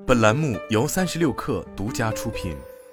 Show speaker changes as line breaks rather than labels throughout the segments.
本栏目由36氪独家出品。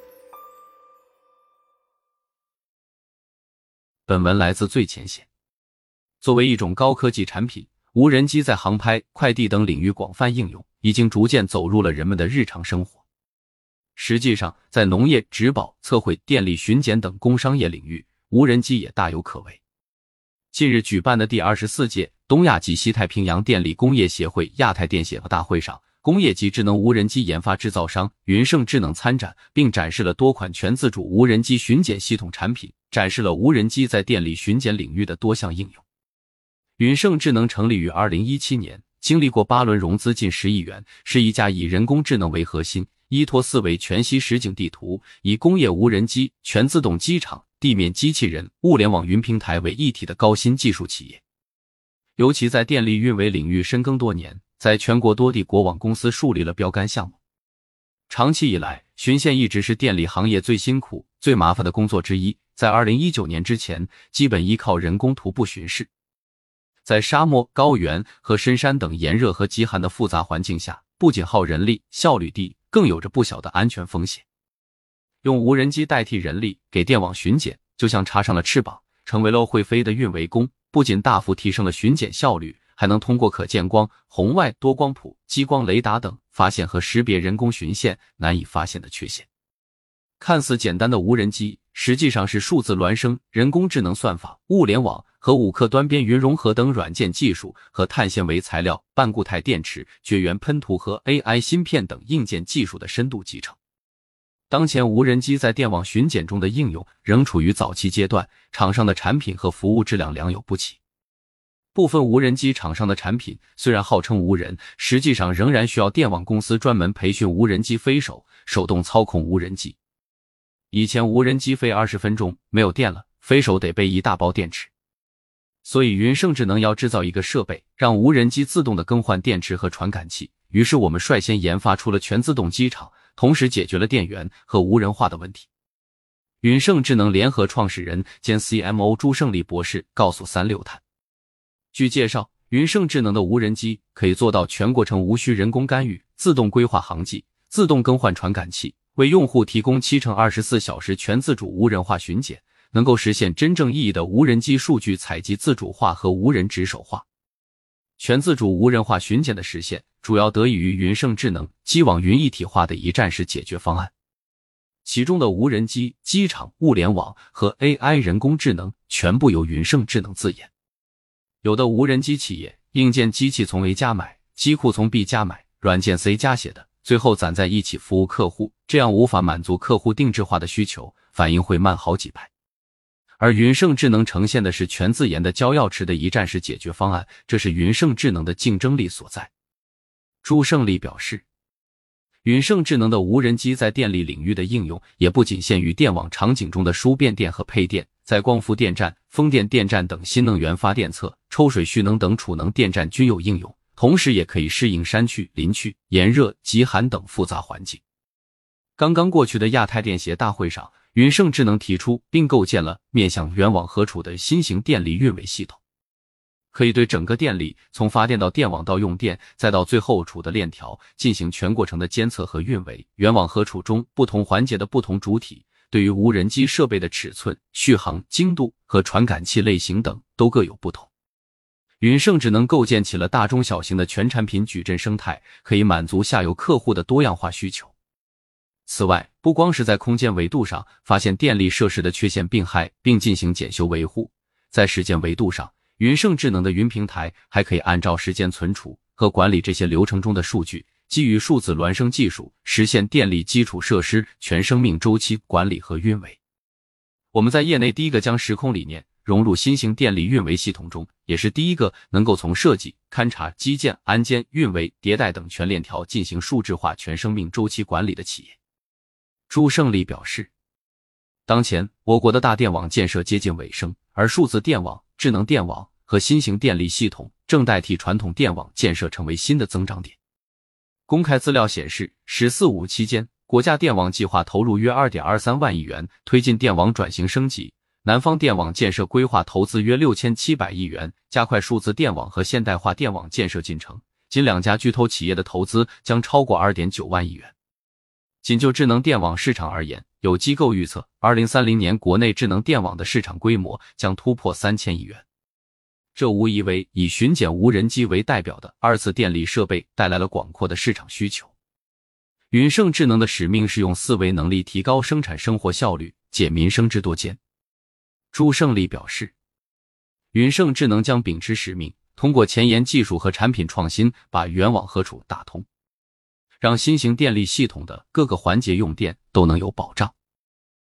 本文来自最前线。作为一种高科技产品，无人机在航拍、快递等领域广泛应用，已经逐渐走入了人们的日常生活。实际上，在农业、植保、测绘、电力巡检等工商业领域，无人机也大有可为。近日举办的第24届东亚及西太平洋电力工业协会亚太电协大会上，工业级智能无人机研发制造商云盛智能参展，并展示了多款全自主无人机巡检系统产品，展示了无人机在电力巡检领域的多项应用。云盛智能成立于2017年，经历过8轮融资近10亿元，是一家以人工智能为核心，依托4维全息实景地图，以工业无人机、全自动机场、地面机器人、物联网云平台为一体的高新技术企业。尤其在电力运维领域深耕多年，在全国多地国网公司树立了标杆项目。长期以来，巡线一直是电力行业最辛苦、最麻烦的工作之一，在2019年之前，基本依靠人工徒步巡视。在沙漠、高原和深山等炎热和极寒的复杂环境下，不仅耗人力，效率低，更有着不小的安全风险。用无人机代替人力给电网巡检，就像插上了翅膀，成为了会飞的运维工，不仅大幅提升了巡检效率，还能通过可见光、红外、多光谱、激光雷达等发现和识别人工巡线难以发现的缺陷。看似简单的无人机，实际上是数字孪生、人工智能算法、物联网和5克端边云融合等软件技术和碳纤维材料、半固态电池、绝缘喷涂和 AI 芯片等硬件技术的深度集成。当前无人机在电网巡检中的应用仍处于早期阶段，厂商的产品和服务质量良莠不齐。部分无人机厂商的产品虽然号称无人，实际上仍然需要电网公司专门培训无人机飞手，手动操控无人机。以前无人机飞20分钟没有电了，飞手得背一大包电池。所以云盛智能要制造一个设备，让无人机自动的更换电池和传感器。于是我们率先研发出了全自动机场，同时解决了电源和无人化的问题。云盛智能联合创始人兼 CMO 朱胜利博士告诉36氪，据介绍，云盛智能的无人机可以做到全过程无需人工干预，自动规划航迹，自动更换传感器，为用户提供7×24小时全自主无人化巡检，能够实现真正意义的无人机数据采集自主化和无人值守化。全自主无人化巡检的实现，主要得益于云盛智能机网云一体化的一站式解决方案。其中的无人机、机场、物联网和 AI 人工智能全部由云盛智能自研。有的无人机企业，硬件机器从 A 家买，机库从 B 家买，软件 C 家写的，最后攒在一起服务客户，这样无法满足客户定制化的需求，反应会慢好几拍。而云盛智能呈现的是全自研的焦钥匙的一站式解决方案，这是云盛智能的竞争力所在。朱胜利表示，云盛智能的无人机在电力领域的应用也不仅限于电网场景中的输变电和配电，在光伏电站、风电电站等新能源发电侧、抽水蓄能等储能电站均有应用，同时也可以适应山区、林区、炎热、极寒等复杂环境。刚刚过去的亚太电协大会上，云盛智能提出并构建了面向远网合储的新型电力运维系统，可以对整个电力从发电到电网到用电再到最后储的链条进行全过程的监测和运维。远网合储中不同环节的不同主体对于无人机设备的尺寸、续航、精度和传感器类型等都各有不同。云盛智能构建起了大中小型的全产品矩阵生态，可以满足下游客户的多样化需求。此外，不光是在空间维度上发现电力设施的缺陷病害并进行检修维护，在时间维度上，云盛智能的云平台还可以按照时间存储和管理这些流程中的数据，基于数字孪生技术，实现电力基础设施全生命周期管理和运维。我们在业内第一个将时空理念融入新型电力运维系统中，也是第一个能够从设计、勘察、基建、安监、运维、迭代等全链条进行数字化全生命周期管理的企业。朱胜利表示，当前我国的大电网建设接近尾声，而数字电网、智能电网和新型电力系统正代替传统电网建设成为新的增长点。公开资料显示，“十四五”期间，国家电网计划投入约 2.23 万亿元推进电网转型升级，南方电网建设规划投资约6700亿元，加快数字电网和现代化电网建设进程， 仅2家巨头企业的投资将超过 2.9 万亿元。仅就智能电网市场而言，有机构预测2030年国内智能电网的市场规模将突破3000亿元。这无疑为以巡检无人机为代表的二次电力设备带来了广阔的市场需求。云盛智能的使命是用4维能力提高生产生活效率，解民生之多艰。朱胜利表示，云盛智能将秉持使命，通过前沿技术和产品创新，把源网荷储打通，让新型电力系统的各个环节用电都能有保障。